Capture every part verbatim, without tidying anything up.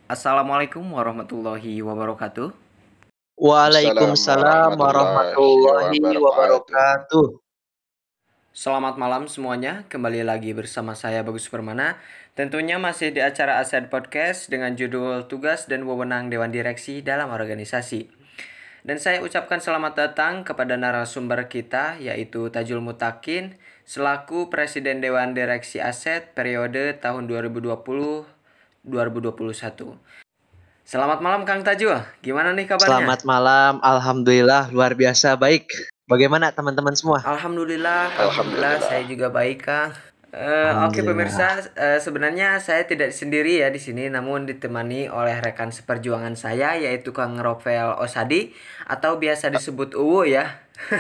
Assalamualaikum warahmatullahi wabarakatuh. Waalaikumsalam Assalamualaikum warahmatullahi warahmatullahi wabarakatuh. wabarakatuh. Selamat malam semuanya, kembali lagi bersama saya Bagus Permana. Tentunya masih di acara Aset Podcast dengan judul Tugas dan Wewenang Dewan Direksi dalam Organisasi. Dan saya ucapkan selamat datang kepada narasumber kita, yaitu Tajul Mutakin, selaku Presiden Dewan Direksi Aset periode tahun dua ribu dua puluh sampai dua ribu dua puluh satu. Selamat malam Kang Tajul, gimana nih kabarnya? Selamat malam, alhamdulillah luar biasa baik. Bagaimana teman-teman semua? Alhamdulillah, alhamdulillah, Alhamdulillah. saya juga baik, Kang. Eh, Oke pemirsa, eh, sebenarnya saya tidak sendiri ya di sini, namun ditemani oleh rekan seperjuangan saya, yaitu Kang Rovel Osadi atau biasa disebut Uwu ya.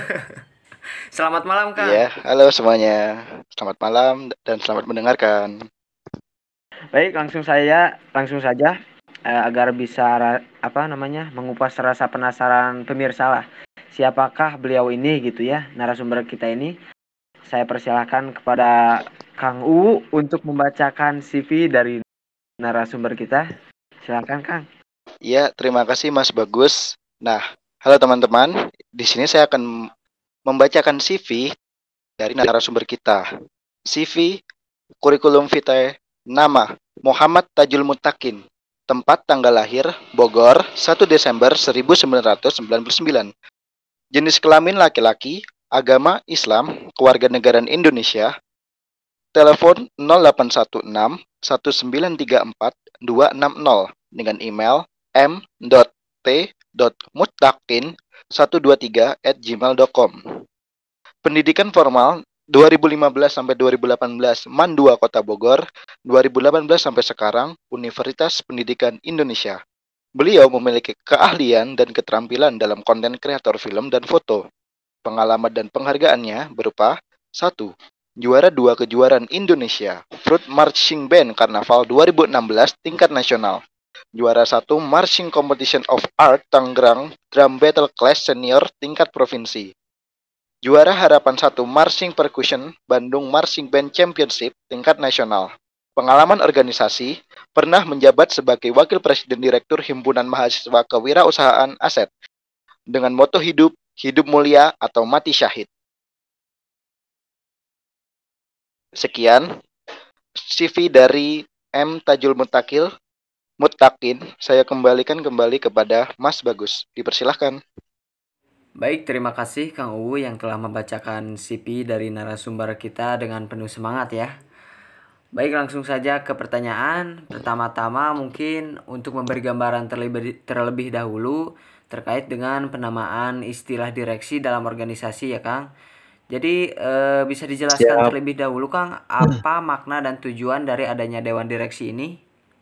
Selamat malam, Kang. Iya, halo semuanya. Selamat malam dan selamat mendengarkan. Baik, langsung saya langsung saja eh, agar bisa ra- apa namanya mengupas rasa penasaran pemirsa lah. Siapakah beliau ini gitu ya, narasumber kita ini. Saya persilahkan kepada Kang U untuk membacakan C V dari narasumber kita. Silakan, Kang. Iya, terima kasih Mas Bagus. Nah, halo teman-teman. Di sini saya akan membacakan C V dari narasumber kita. C V, kurikulum vitae, nama Muhammad Tajul Mutakin. Tempat tanggal lahir Bogor, satu Desember seribu sembilan ratus sembilan puluh sembilan. Jenis kelamin laki-laki, agama Islam, kewarganegaraan Indonesia. Telepon nol delapan satu enam satu sembilan tiga empat dua enam nol dengan email m dot t dot mutakin satu dua tiga at gmail dot com. Pendidikan formal dua ribu lima belas sampai dua ribu delapan belas Man dua Kota Bogor, dua ribu delapan belas sampai sekarang Universitas Pendidikan Indonesia. Beliau memiliki keahlian dan keterampilan dalam konten kreator film dan foto. Pengalaman dan penghargaannya berupa satu. Juara dua kejuaraan Indonesia Fruit Marching Band Karnaval dua ribu enam belas tingkat nasional. Juara satu Marching Competition of Art Tangerang Drum Battle Class Senior tingkat provinsi. Juara Harapan satu Marching Percussion Bandung Marching Band Championship tingkat nasional. Pengalaman organisasi, pernah menjabat sebagai Wakil Presiden Direktur Himpunan Mahasiswa Kewirausahaan Aset dengan moto hidup, hidup mulia atau mati syahid. Sekian C V dari M. Tajul Mutakil, Mutakin. Saya kembalikan kembali kepada Mas Bagus. Dipersilahkan. Baik, terima kasih Kang Uwu yang telah membacakan C V dari narasumber kita dengan penuh semangat ya. Baik, langsung saja ke pertanyaan. Pertama-tama mungkin untuk memberi gambaran terlebih, terlebih dahulu terkait dengan penamaan istilah direksi dalam organisasi ya Kang. Jadi eh, bisa dijelaskan Siap. terlebih dahulu Kang, apa makna dan tujuan dari adanya Dewan Direksi ini?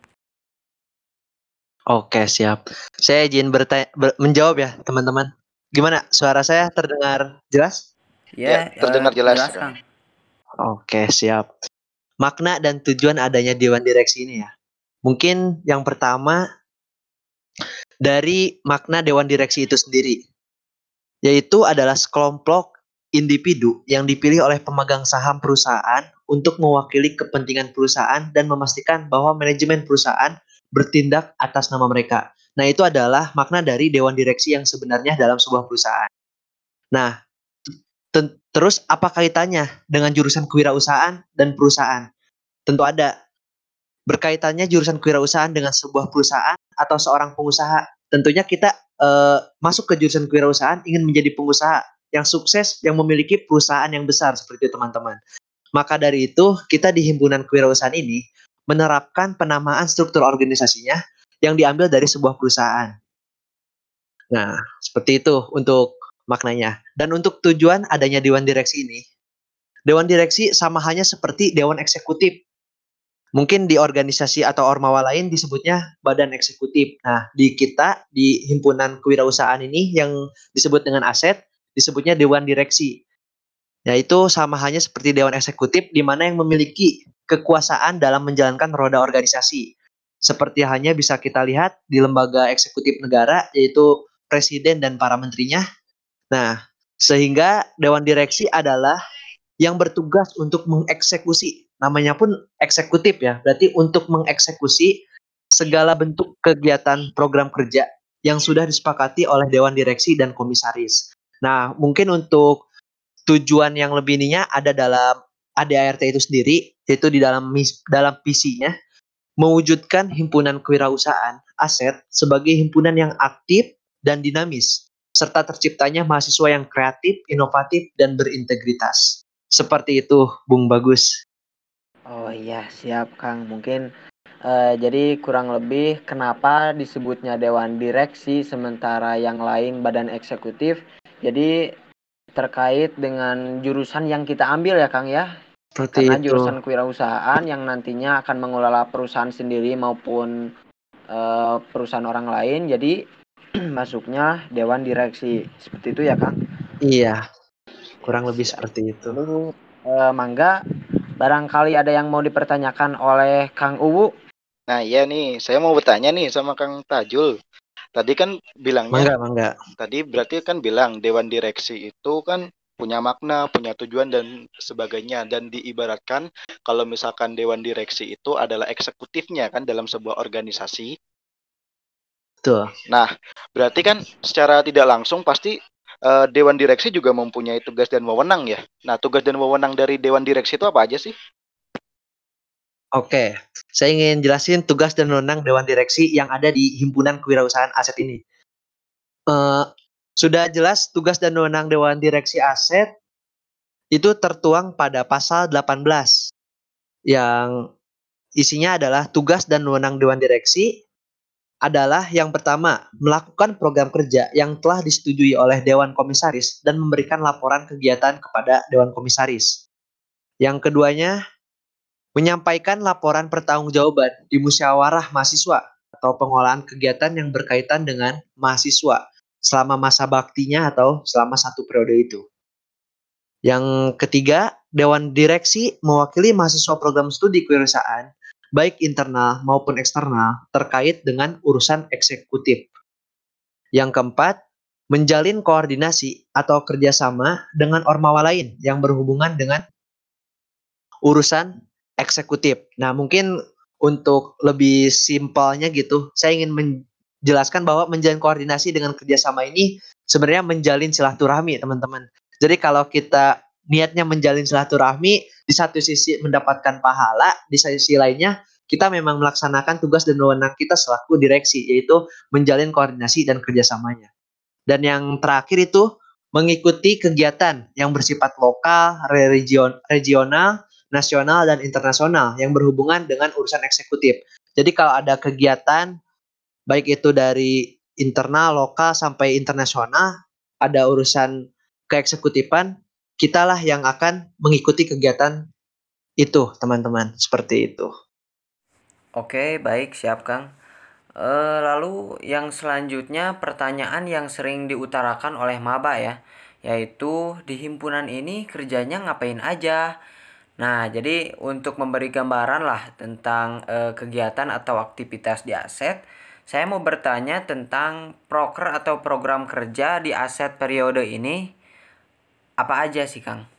Oke, siap. Saya izin bertanya, ber- menjawab ya, teman-teman. Gimana? Suara saya terdengar jelas? Ya, Ya, terdengar eh, jelas, jelas Kang. Kang. Oke, siap. Makna dan tujuan adanya Dewan Direksi ini ya. Mungkin yang pertama dari makna Dewan Direksi itu sendiri, yaitu adalah sekelompok individu yang dipilih oleh pemegang saham perusahaan untuk mewakili kepentingan perusahaan dan memastikan bahwa manajemen perusahaan bertindak atas nama mereka. Nah, itu adalah makna dari Dewan Direksi yang sebenarnya dalam sebuah perusahaan. Nah, ten- terus apa kaitannya dengan jurusan kewirausahaan dan perusahaan? Tentu ada. Berkaitannya jurusan kewirausahaan dengan sebuah perusahaan atau seorang pengusaha. Tentunya kita uh, masuk ke jurusan kewirausahaan ingin menjadi pengusaha yang sukses, yang memiliki perusahaan yang besar seperti itu teman-teman. Maka dari itu kita di himpunan kewirausahaan ini menerapkan penamaan struktur organisasinya yang diambil dari sebuah perusahaan. Nah, seperti itu untuk maknanya. Dan untuk tujuan adanya Dewan Direksi ini, Dewan Direksi sama halnya seperti Dewan Eksekutif. Mungkin di organisasi atau ormawa lain disebutnya badan eksekutif. Nah, di kita, di himpunan kewirausahaan ini yang disebut dengan aset, disebutnya Dewan Direksi. Yaitu sama halnya seperti Dewan Eksekutif, di mana yang memiliki kekuasaan dalam menjalankan roda organisasi. Seperti hanya bisa kita lihat di lembaga eksekutif negara, yaitu presiden dan para menterinya. Nah, sehingga Dewan Direksi adalah yang bertugas untuk mengeksekusi, namanya pun eksekutif ya, berarti untuk mengeksekusi segala bentuk kegiatan program kerja yang sudah disepakati oleh Dewan Direksi dan Komisaris. Nah, mungkin untuk tujuan yang lebih ininya ada dalam A D A R T itu sendiri, yaitu di dalam mis, dalam visinya mewujudkan himpunan kewirausahaan aset sebagai himpunan yang aktif dan dinamis, serta terciptanya mahasiswa yang kreatif, inovatif, dan berintegritas. Seperti itu, Bung Bagus. Oh iya, siap Kang. Mungkin uh, jadi kurang lebih kenapa disebutnya Dewan Direksi sementara yang lain badan eksekutif. Jadi terkait dengan jurusan yang kita ambil ya Kang ya. Seperti Karena itu. jurusan kewirausahaan yang nantinya akan mengelola perusahaan sendiri maupun uh, perusahaan orang lain. Jadi masuknya Dewan Direksi. Seperti itu ya Kang? Iya, kurang lebih Siap. seperti itu. Lalu uh, Mangga, barangkali ada yang mau dipertanyakan oleh Kang Uwu. Nah iya nih, saya mau bertanya nih sama Kang Tajul. Tadi kan bilangnya, Mangga, mangga. tadi berarti kan bilang Dewan Direksi itu kan punya makna, punya tujuan dan sebagainya. Dan diibaratkan kalau misalkan Dewan Direksi itu adalah eksekutifnya kan dalam sebuah organisasi. Betul. Nah, berarti kan secara tidak langsung pasti uh, Dewan Direksi juga mempunyai tugas dan wewenang ya. Nah, tugas dan wewenang dari Dewan Direksi itu apa aja sih? Oke, saya ingin jelasin tugas dan wewenang Dewan Direksi yang ada di Himpunan Kewirausahaan Aset ini. Uh, sudah jelas tugas dan wewenang Dewan Direksi Aset itu tertuang pada pasal delapan belas yang isinya adalah tugas dan wewenang Dewan Direksi adalah yang pertama, melakukan program kerja yang telah disetujui oleh Dewan Komisaris dan memberikan laporan kegiatan kepada Dewan Komisaris. Yang keduanya, menyampaikan laporan pertanggungjawaban di musyawarah mahasiswa atau pengolahan kegiatan yang berkaitan dengan mahasiswa selama masa baktinya atau selama satu periode itu. Yang ketiga, Dewan Direksi mewakili mahasiswa program studi kewirausahaan, baik internal maupun eksternal, terkait dengan urusan eksekutif. Yang keempat, menjalin koordinasi atau kerjasama dengan ormawa lain yang berhubungan dengan urusan eksekutif. Nah, mungkin untuk lebih simpelnya gitu, saya ingin menjelaskan bahwa menjalin koordinasi dengan kerjasama ini sebenarnya menjalin silaturahmi, teman-teman. Jadi kalau kita niatnya menjalin silaturahmi, di satu sisi mendapatkan pahala, di sisi lainnya kita memang melaksanakan tugas dan wewenang kita selaku direksi, yaitu menjalin koordinasi dan kerjasamanya. Dan yang terakhir itu mengikuti kegiatan yang bersifat lokal, region, regional, nasional, dan internasional yang berhubungan dengan urusan eksekutif. Jadi kalau ada kegiatan, baik itu dari internal, lokal, sampai internasional, ada urusan keeksekutifan, kitalah yang akan mengikuti kegiatan itu, teman-teman. Seperti itu. Oke, baik, siap Kang. E, lalu yang selanjutnya pertanyaan yang sering diutarakan oleh maba ya, yaitu di himpunan ini kerjanya ngapain aja? Nah, jadi untuk memberi gambaran lah tentang e, kegiatan atau aktivitas di aset, saya mau bertanya tentang proker atau program kerja di aset periode ini. Apa aja sih, Kang?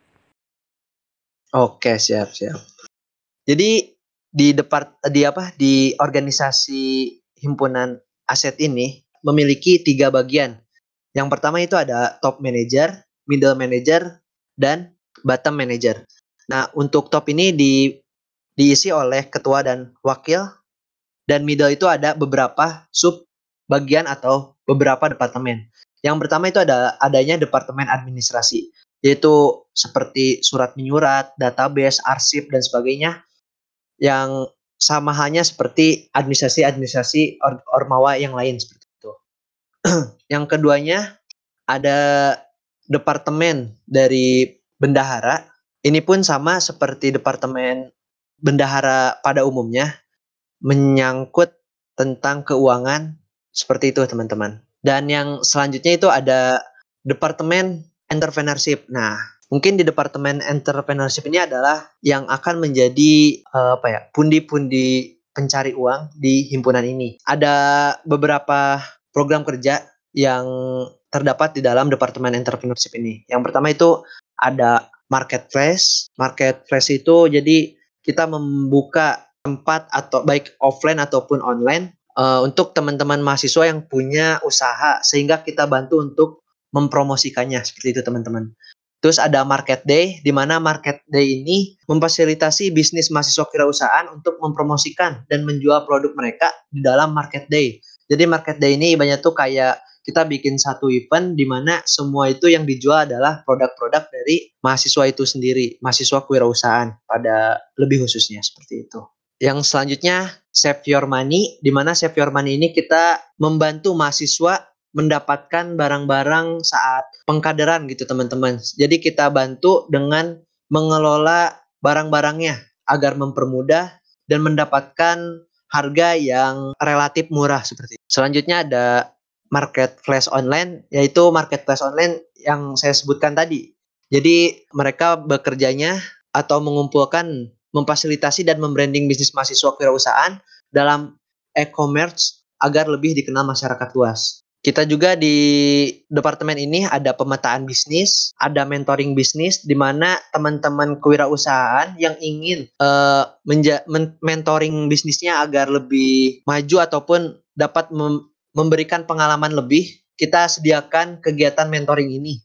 Oke, siap, siap. Jadi di depart di apa di organisasi himpunan aset ini memiliki tiga bagian. Yang pertama itu ada top manager, middle manager, dan bottom manager. Nah, untuk top ini di diisi oleh ketua dan wakil, dan middle itu ada beberapa sub bagian atau beberapa departemen. Yang pertama itu ada adanya departemen administrasi, yaitu seperti surat menyurat, database, arsip, dan sebagainya, yang sama halnya seperti administrasi-administrasi or- ormawa yang lain seperti itu. Yang keduanya ada departemen dari bendahara. Ini pun sama seperti departemen bendahara pada umumnya, menyangkut tentang keuangan seperti itu, teman-teman. Dan yang selanjutnya itu ada departemen entrepreneurship. Nah, mungkin di departemen entrepreneurship ini adalah yang akan menjadi uh, apa ya, pundi-pundi pencari uang di himpunan ini. Ada beberapa program kerja yang terdapat di dalam departemen entrepreneurship ini. Yang pertama itu ada marketplace. Marketplace itu jadi kita membuka tempat atau baik offline ataupun online uh, untuk teman-teman mahasiswa yang punya usaha sehingga kita bantu untuk mempromosikannya seperti itu teman-teman. Terus ada Market Day, di mana Market Day ini memfasilitasi bisnis mahasiswa kewirausahaan untuk mempromosikan dan menjual produk mereka di dalam Market Day. Jadi Market Day ini ibaratnya tuh kayak kita bikin satu event di mana semua itu yang dijual adalah produk-produk dari mahasiswa itu sendiri, mahasiswa kewirausahaan pada lebih khususnya seperti itu. Yang selanjutnya Save Your Money, di mana Save Your Money ini kita membantu mahasiswa mendapatkan barang-barang saat pengkaderan gitu teman-teman. Jadi kita bantu dengan mengelola barang-barangnya agar mempermudah dan mendapatkan harga yang relatif murah seperti itu. Selanjutnya ada Marketplace Online, yaitu Marketplace Online yang saya sebutkan tadi. Jadi mereka bekerjanya atau mengumpulkan, memfasilitasi dan membranding bisnis mahasiswa kewirausahaan dalam e-commerce agar lebih dikenal masyarakat luas. Kita juga di departemen ini ada pemetaan bisnis, ada mentoring bisnis, di mana teman-teman kewirausahaan yang ingin uh, menja- men- mentoring bisnisnya agar lebih maju ataupun dapat mem- memberikan pengalaman lebih, kita sediakan kegiatan mentoring ini.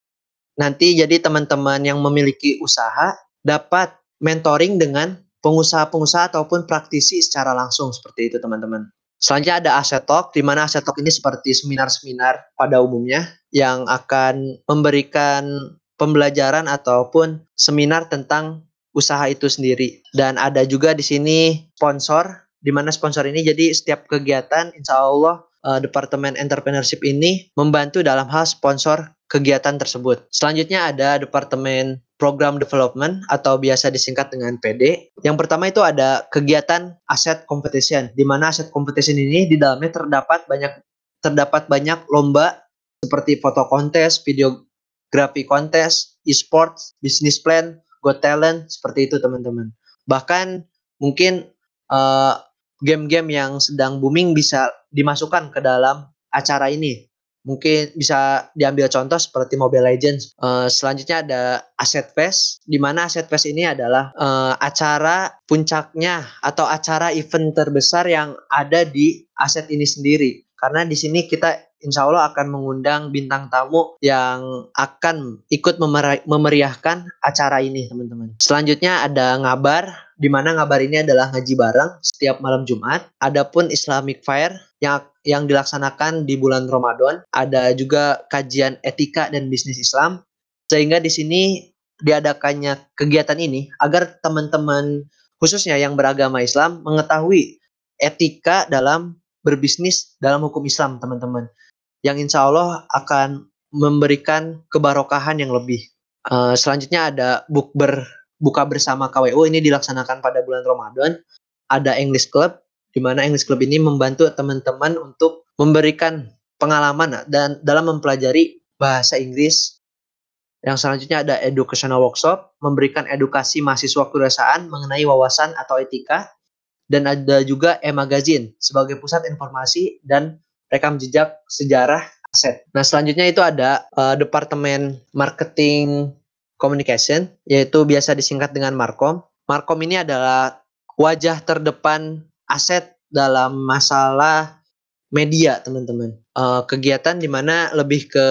Nanti jadi teman-teman yang memiliki usaha dapat mentoring dengan pengusaha-pengusaha ataupun praktisi secara langsung seperti itu teman-teman. Selanjutnya ada Asset Talk, di mana Asset Talk ini seperti seminar-seminar pada umumnya yang akan memberikan pembelajaran ataupun seminar tentang usaha itu sendiri. Dan ada juga di sini sponsor, di mana sponsor ini jadi setiap kegiatan insya Allah uh, Departemen Entrepreneurship ini membantu dalam hal sponsor kegiatan tersebut. Selanjutnya ada Departemen Program Development atau biasa disingkat dengan P D. Yang pertama itu ada kegiatan Asset Competition, di mana Asset Competition ini di dalamnya terdapat banyak terdapat banyak lomba seperti foto kontes, videografi kontes, e-sports, business plan, Got Talent, seperti itu teman-teman. Bahkan mungkin uh, game-game yang sedang booming bisa dimasukkan ke dalam acara ini. Mungkin bisa diambil contoh seperti Mobile Legends. Uh, selanjutnya ada Asset Fest, di mana Asset Fest ini adalah uh, acara puncaknya atau acara event terbesar yang ada di Asset ini sendiri. Karena di sini kita insya Allah akan mengundang bintang tamu yang akan ikut memeri- memeriahkan acara ini, teman-teman. Selanjutnya ada Ngabar, di mana Ngabar ini adalah ngaji bareng setiap malam Jumat. Adapun Islamic Fair yang yang dilaksanakan di bulan Ramadan. Ada juga kajian etika dan bisnis Islam. Sehingga di sini diadakannya kegiatan ini agar teman-teman khususnya yang beragama Islam mengetahui etika dalam berbisnis dalam hukum Islam, teman-teman. Yang insya Allah akan memberikan kebarokahan yang lebih. Uh, selanjutnya ada bukber buka bersama K W U, ini dilaksanakan pada bulan Ramadan. Ada English Club, di mana English Club ini membantu teman-teman untuk memberikan pengalaman dan dalam mempelajari bahasa Inggris. Yang selanjutnya ada Educational Workshop, memberikan edukasi mahasiswa kewirausahaan mengenai wawasan atau etika. Dan ada juga e-magazine sebagai pusat informasi dan rekam jejak sejarah aset. Nah, selanjutnya itu ada uh, Departemen Marketing Communication, yaitu biasa disingkat dengan Markom. Markom ini adalah wajah terdepan aset dalam masalah media, teman-teman. Uh, kegiatan di mana lebih ke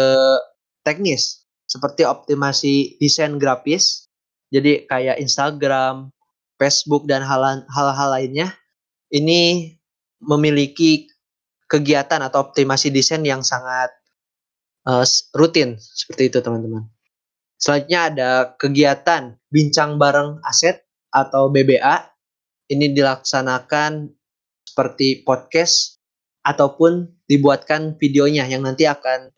teknis, seperti optimasi desain grafis, jadi kayak Instagram, Facebook, dan hal-hal lainnya. Ini memiliki kegiatan atau optimasi desain yang sangat uh, rutin, seperti itu teman-teman. Selanjutnya ada kegiatan bincang bareng aset atau B B A. Ini dilaksanakan seperti podcast ataupun dibuatkan videonya yang nanti akan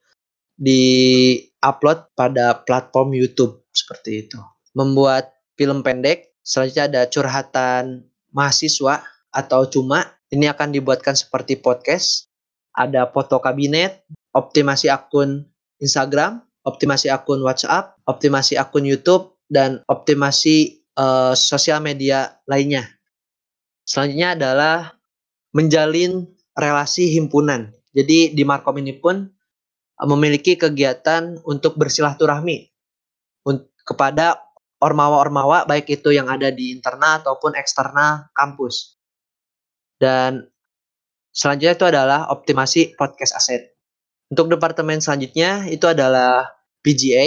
di-upload pada platform YouTube, seperti itu. Membuat film pendek. Selanjutnya ada curhatan mahasiswa atau cuma, ini akan dibuatkan seperti podcast. Ada foto kabinet, optimasi akun Instagram, optimasi akun WhatsApp, optimasi akun YouTube, dan optimasi uh, sosial media lainnya. Selanjutnya adalah menjalin relasi himpunan. Jadi di Markom ini pun uh, memiliki kegiatan untuk bersilaturahmi un- kepada ormawa-ormawa baik itu yang ada di internal ataupun eksternal kampus. Dan selanjutnya itu adalah optimasi podcast aset. Untuk departemen selanjutnya itu adalah P G A.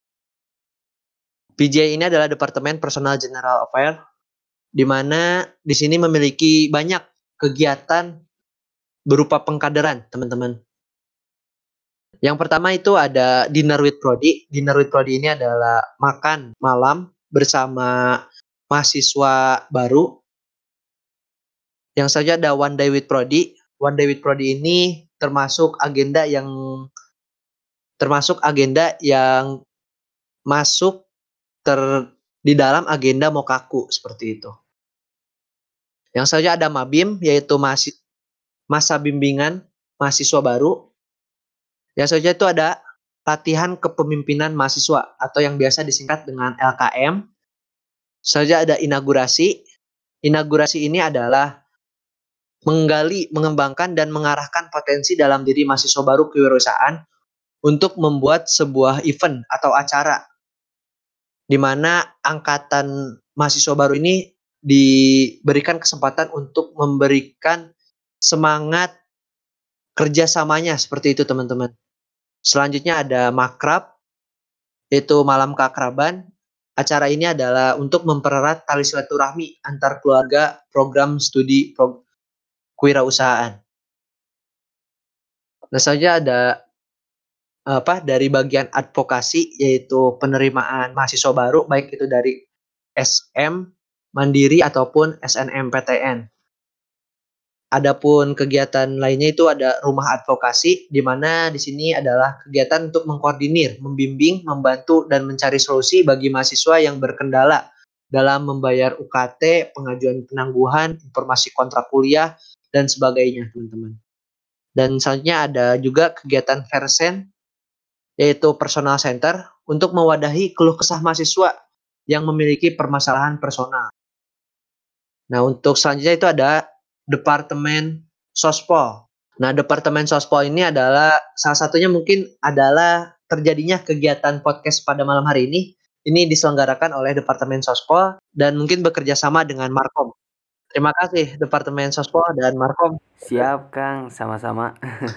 P G A ini adalah Departemen Personal General Affairs, di mana di sini memiliki banyak kegiatan berupa pengkaderan, teman-teman. Yang pertama itu ada Dinner with Prodi. Dinner with Prodi ini adalah makan malam bersama mahasiswa baru. Yang saja ada One Day with Prodi. One Day with Prodi ini termasuk agenda yang termasuk agenda yang masuk ter di dalam agenda Mokaku seperti itu. Yang saja ada Mabim, yaitu masih masa bimbingan mahasiswa baru. Yang saja itu ada latihan kepemimpinan mahasiswa atau yang biasa disingkat dengan L K M. Saja ada inaugurasi. Inaugurasi ini adalah menggali, mengembangkan dan mengarahkan potensi dalam diri mahasiswa baru kewirausahaan untuk membuat sebuah event atau acara di mana angkatan mahasiswa baru ini diberikan kesempatan untuk memberikan semangat kerjasamanya seperti itu, teman-teman. Selanjutnya ada Makrab, yaitu malam keakraban. Acara ini adalah untuk mempererat tali silaturahmi antar keluarga program studi pro kewirausahaan. Nah, saja ada apa dari bagian advokasi, yaitu penerimaan mahasiswa baru baik itu dari S M, Mandiri ataupun S N M P T N. Adapun kegiatan lainnya itu ada rumah advokasi, di mana di sini adalah kegiatan untuk mengkoordinir, membimbing, membantu dan mencari solusi bagi mahasiswa yang berkendala dalam membayar U K T, pengajuan penangguhan, informasi kontrak kuliah dan sebagainya, teman-teman. Dan selanjutnya ada juga kegiatan Versen, yaitu personal center untuk mewadahi keluh kesah mahasiswa yang memiliki permasalahan personal. Nah, untuk selanjutnya itu ada Departemen Sospol. Nah, Departemen Sospol ini adalah salah satunya mungkin adalah terjadinya kegiatan podcast pada malam hari ini. Ini diselenggarakan oleh Departemen Sospol dan mungkin bekerja sama dengan Markom. Terima kasih Departemen Sospol dan Markom. Siap, Kang. Sama-sama.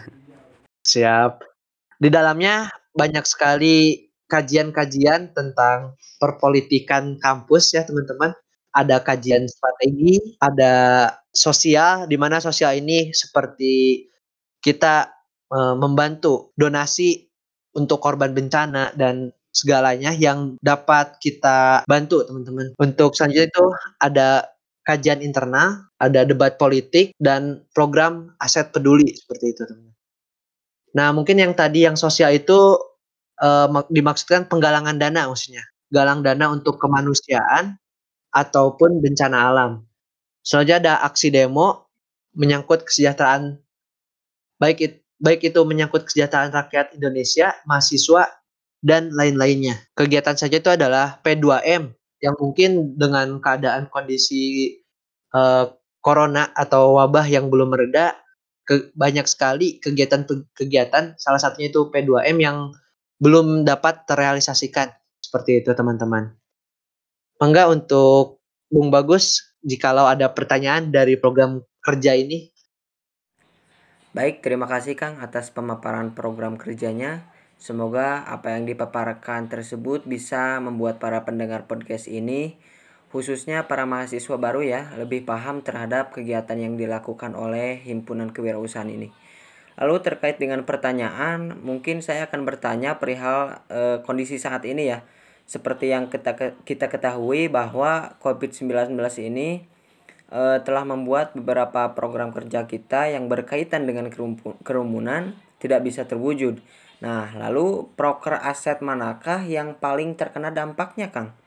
Siap. Di dalamnya banyak sekali kajian-kajian tentang perpolitikan kampus ya, teman-teman. Ada kajian strategi, ada sosial, di mana sosial ini seperti kita e, membantu donasi untuk korban bencana dan segalanya yang dapat kita bantu, teman-teman. Untuk selanjutnya itu ada kajian internal, ada debat politik, dan program aset peduli seperti itu, teman-teman. Nah, mungkin yang tadi yang sosial itu e, dimaksudkan penggalangan dana maksudnya. Galang dana untuk kemanusiaan ataupun bencana alam. Selanjutnya ada aksi demo menyangkut kesejahteraan, baik it, baik itu menyangkut kesejahteraan rakyat Indonesia, mahasiswa, dan lain-lainnya. Kegiatan saja itu adalah P dua M yang mungkin dengan keadaan kondisi uh, corona atau wabah yang belum mereda, ke, banyak sekali kegiatan-kegiatan, salah satunya itu P dua M yang belum dapat terrealisasikan. Seperti itu, teman-teman. Enggak, untuk Bung Bagus, jikalau ada pertanyaan dari program kerja ini. Baik, terima kasih Kang atas pemaparan program kerjanya. Semoga apa yang dipaparkan tersebut bisa membuat para pendengar podcast ini, khususnya para mahasiswa baru ya, lebih paham terhadap kegiatan yang dilakukan oleh Himpunan Kewirausahaan ini. Lalu terkait dengan pertanyaan, mungkin saya akan bertanya perihal e, kondisi saat ini ya. Seperti yang kita kita ketahui bahwa covid sembilan belas ini e, telah membuat beberapa program kerja kita yang berkaitan dengan kerumunan tidak bisa terwujud. Nah, lalu proker aset manakah yang paling terkena dampaknya, Kang?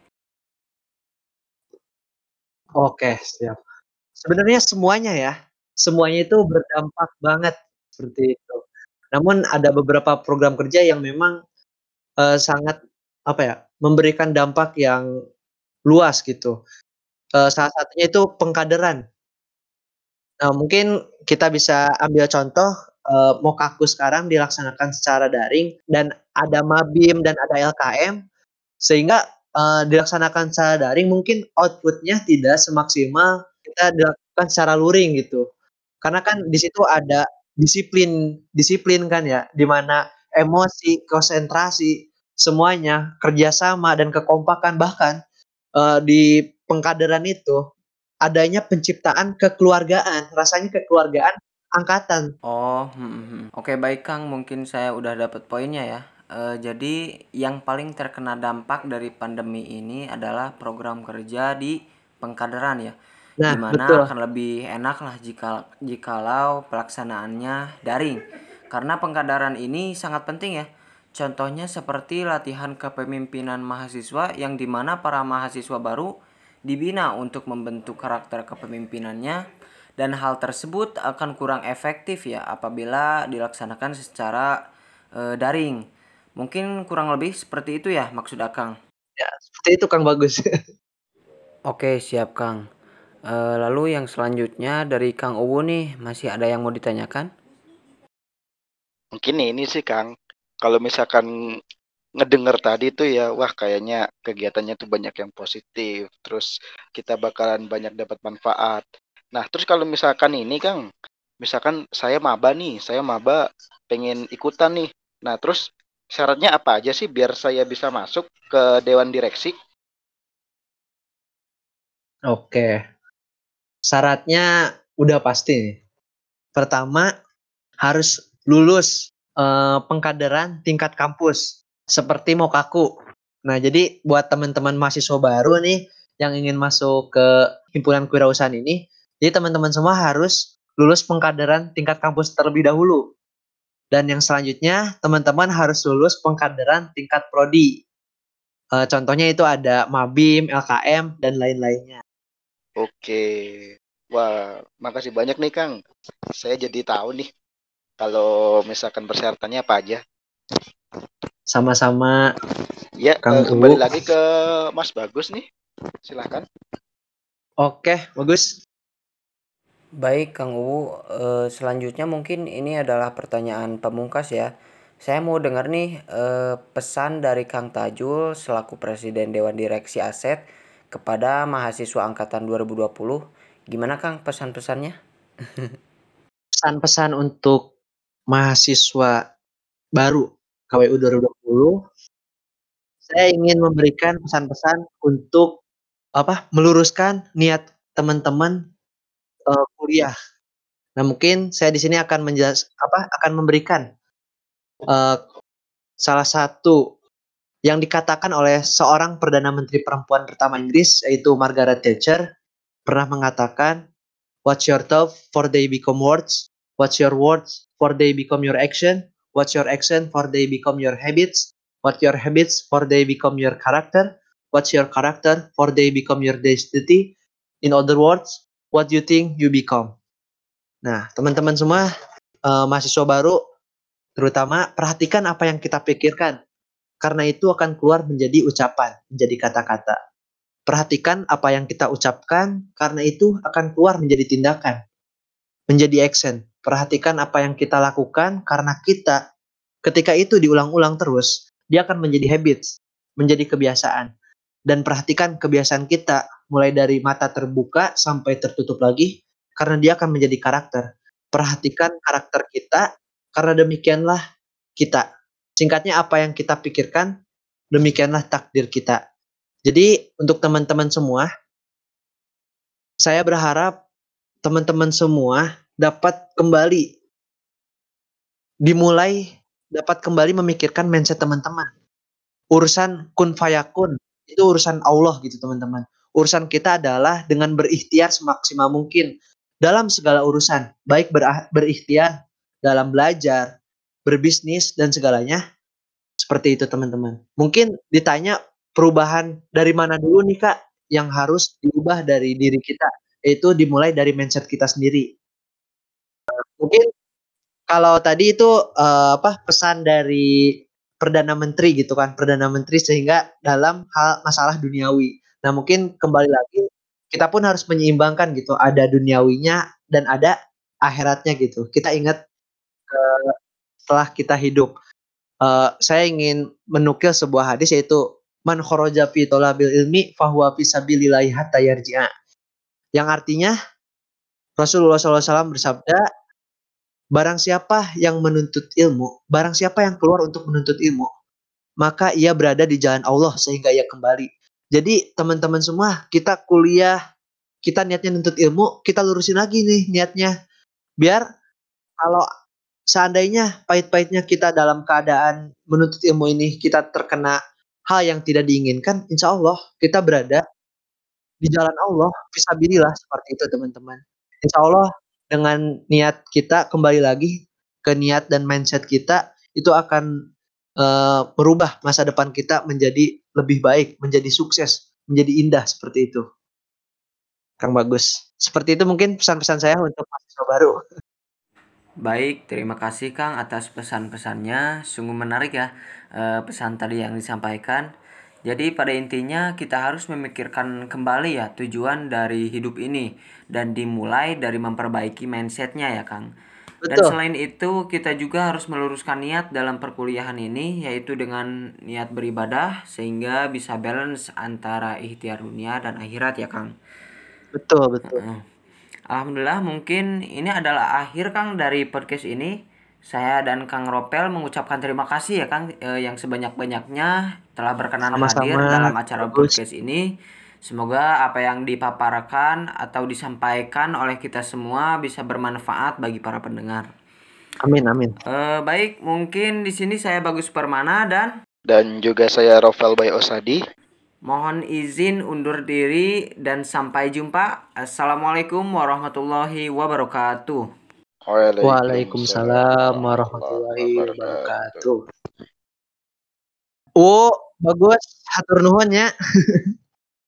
Oke, siap. Sebenarnya semuanya ya, semuanya itu berdampak banget seperti itu. Namun ada beberapa program kerja yang memang e, sangat apa ya, memberikan dampak yang luas gitu. E, salah satunya itu pengkaderan. Nah, mungkin kita bisa ambil contoh e, Mokaku sekarang dilaksanakan secara daring dan ada Mabim dan ada L K M, sehingga uh, dilaksanakan secara daring mungkin outputnya tidak semaksimal kita dilakukan secara luring gitu. Karena kan di situ ada disiplin disiplin kan ya, di mana emosi, konsentrasi, semuanya, kerjasama dan kekompakan bahkan uh, di pengkaderan itu adanya penciptaan kekeluargaan, rasanya kekeluargaan angkatan. Oh, hmm, hmm. Oke baik Kang, mungkin saya udah dapat poinnya ya. Eh, jadi yang paling terkena dampak dari pandemi ini adalah program kerja di pengkaderan ya, Nah, dimana betul. akan lebih enak lah jika jikalau pelaksanaannya daring. Karena pengkaderan ini sangat penting ya. Contohnya seperti latihan kepemimpinan mahasiswa yang dimana para mahasiswa baru dibina untuk membentuk karakter kepemimpinannya, dan hal tersebut akan kurang efektif ya apabila dilaksanakan secara e, daring. Mungkin kurang lebih seperti itu ya maksud Akang. Ya, seperti itu Kang Bagus. Oke, siap Kang. E, lalu yang selanjutnya dari Kang Uwu nih, masih ada yang mau ditanyakan? Mungkin ini sih Kang, kalau misalkan ngedenger tadi tuh ya, wah kayaknya kegiatannya tuh banyak yang positif, terus kita bakalan banyak dapat manfaat. Nah, terus kalau misalkan ini Kang, misalkan saya maba nih, saya maba pengen ikutan nih. Nah, terus syaratnya apa aja sih biar saya bisa masuk ke dewan direksi? Oke. Syaratnya udah pasti nih. Pertama, harus lulus uh, pengkaderan tingkat kampus seperti Mokaku. Nah, jadi buat teman-teman mahasiswa baru nih yang ingin masuk ke himpunan kewirausahaan ini, jadi teman-teman semua harus lulus pengkaderan tingkat kampus terlebih dahulu. Dan yang selanjutnya, teman-teman harus lulus pengkaderan tingkat prodi. Uh, contohnya itu ada Mabim, L K M, dan lain-lainnya. Oke. Wah, makasih banyak nih Kang. Saya jadi tahu nih kalau misalkan persyaratannya apa aja. Sama-sama. Ya, Kang eh, kembali Uwu. lagi ke Mas Bagus nih. Silahkan. Oke, bagus. Baik Kang Uwu, e, selanjutnya mungkin ini adalah pertanyaan pamungkas ya. Saya mau dengar nih e, pesan dari Kang Tajul selaku Presiden Dewan Direksi Aset kepada mahasiswa angkatan dua ribu dua puluh. Gimana Kang pesan-pesannya? Pesan-pesan untuk mahasiswa baru K W U dua ribu dua puluh, saya ingin memberikan pesan-pesan untuk apa meluruskan niat teman-teman uh, kuliah. Nah mungkin saya di sini akan menjelas apa akan memberikan uh, salah satu yang dikatakan oleh seorang perdana menteri perempuan pertama Inggris yaitu Margaret Thatcher pernah mengatakan, "What's your thought for they become words? What's your words for they become your action? What's your action for they become your habits? What your habits for they become your character? What's your character for they become your destiny? In other words, what do you think you become?" Nah, teman-teman semua uh, mahasiswa baru, terutama perhatikan apa yang kita pikirkan, karena itu akan keluar menjadi ucapan, menjadi kata-kata. Perhatikan apa yang kita ucapkan, karena itu akan keluar menjadi tindakan, menjadi action. Perhatikan apa yang kita lakukan, karena kita ketika itu diulang-ulang terus, dia akan menjadi habits, menjadi kebiasaan. Dan perhatikan kebiasaan kita, mulai dari mata terbuka sampai tertutup lagi, karena dia akan menjadi karakter. Perhatikan karakter kita, karena demikianlah kita. Singkatnya apa yang kita pikirkan, demikianlah takdir kita. Jadi untuk teman-teman semua, saya berharap teman-teman semua dapat kembali dimulai, dapat kembali memikirkan mindset teman-teman. Urusan kun fayakun, itu urusan Allah gitu teman-teman. Urusan kita adalah dengan berikhtiar semaksimal mungkin dalam segala urusan, baik ber- berikhtiar dalam belajar, berbisnis, dan segalanya. Seperti itu teman-teman. Mungkin ditanya perubahan dari mana dulu nih Kak yang harus diubah dari diri kita, yaitu dimulai dari mindset kita sendiri. Mungkin kalau tadi itu uh, apa pesan dari Perdana Menteri gitu kan, Perdana Menteri sehingga dalam hal masalah duniawi. Nah mungkin kembali lagi kita pun harus menyeimbangkan gitu, ada duniawinya dan ada akhiratnya gitu. Kita ingat uh, setelah kita hidup. Uh, saya ingin menukil sebuah hadis yaitu man kharaja fi thalabil ilmi fahuwa fi sabilillahi hatta yarji'a. Yang artinya Rasulullah shallallahu alaihi wasallam bersabda, barang siapa yang menuntut ilmu, barang siapa yang keluar untuk menuntut ilmu, maka ia berada di jalan Allah sehingga ia kembali. Jadi teman-teman semua, kita kuliah, kita niatnya nuntut ilmu, kita lurusin lagi nih niatnya. Biar kalau seandainya pahit-pahitnya kita dalam keadaan menuntut ilmu ini, kita terkena hal yang tidak diinginkan, insya Allah kita berada di jalan Allah, fisabilillah, seperti itu teman-teman. Insya Allah dengan niat kita kembali lagi ke niat dan mindset kita, itu akan uh, merubah masa depan kita menjadi lebih baik, menjadi sukses, menjadi indah seperti itu. Kang Bagus. Seperti itu mungkin pesan-pesan saya untuk mahasiswa baru. Baik, terima kasih Kang atas pesan-pesannya. Sungguh menarik ya eh, pesan tadi yang disampaikan. Jadi pada intinya kita harus memikirkan kembali ya tujuan dari hidup ini dan dimulai dari memperbaiki mindsetnya ya Kang. Dan Betul. selain itu kita juga harus meluruskan niat dalam perkuliahan ini, yaitu dengan niat beribadah sehingga bisa balance antara ikhtiar dunia dan akhirat ya Kang. Betul, betul. Heeh. Alhamdulillah mungkin ini adalah akhir Kang dari podcast ini. Saya dan Kang Ropel mengucapkan terima kasih ya Kang eh, yang sebanyak-banyaknya telah berkenan hadir Sama-sama, dalam Kang acara Bagus. podcast ini. Semoga apa yang dipaparkan atau disampaikan oleh kita semua bisa bermanfaat bagi para pendengar. Amin, amin. Eh, baik, mungkin di sini saya Bagus Permana dan Dan juga saya Rafael Bay Osadi. mohon izin undur diri dan sampai jumpa. Assalamualaikum warahmatullahi wabarakatuh. Waalaikumsalam warahmatullahi wabarakatuh. Oh, bagus. Hatur nuhun ya.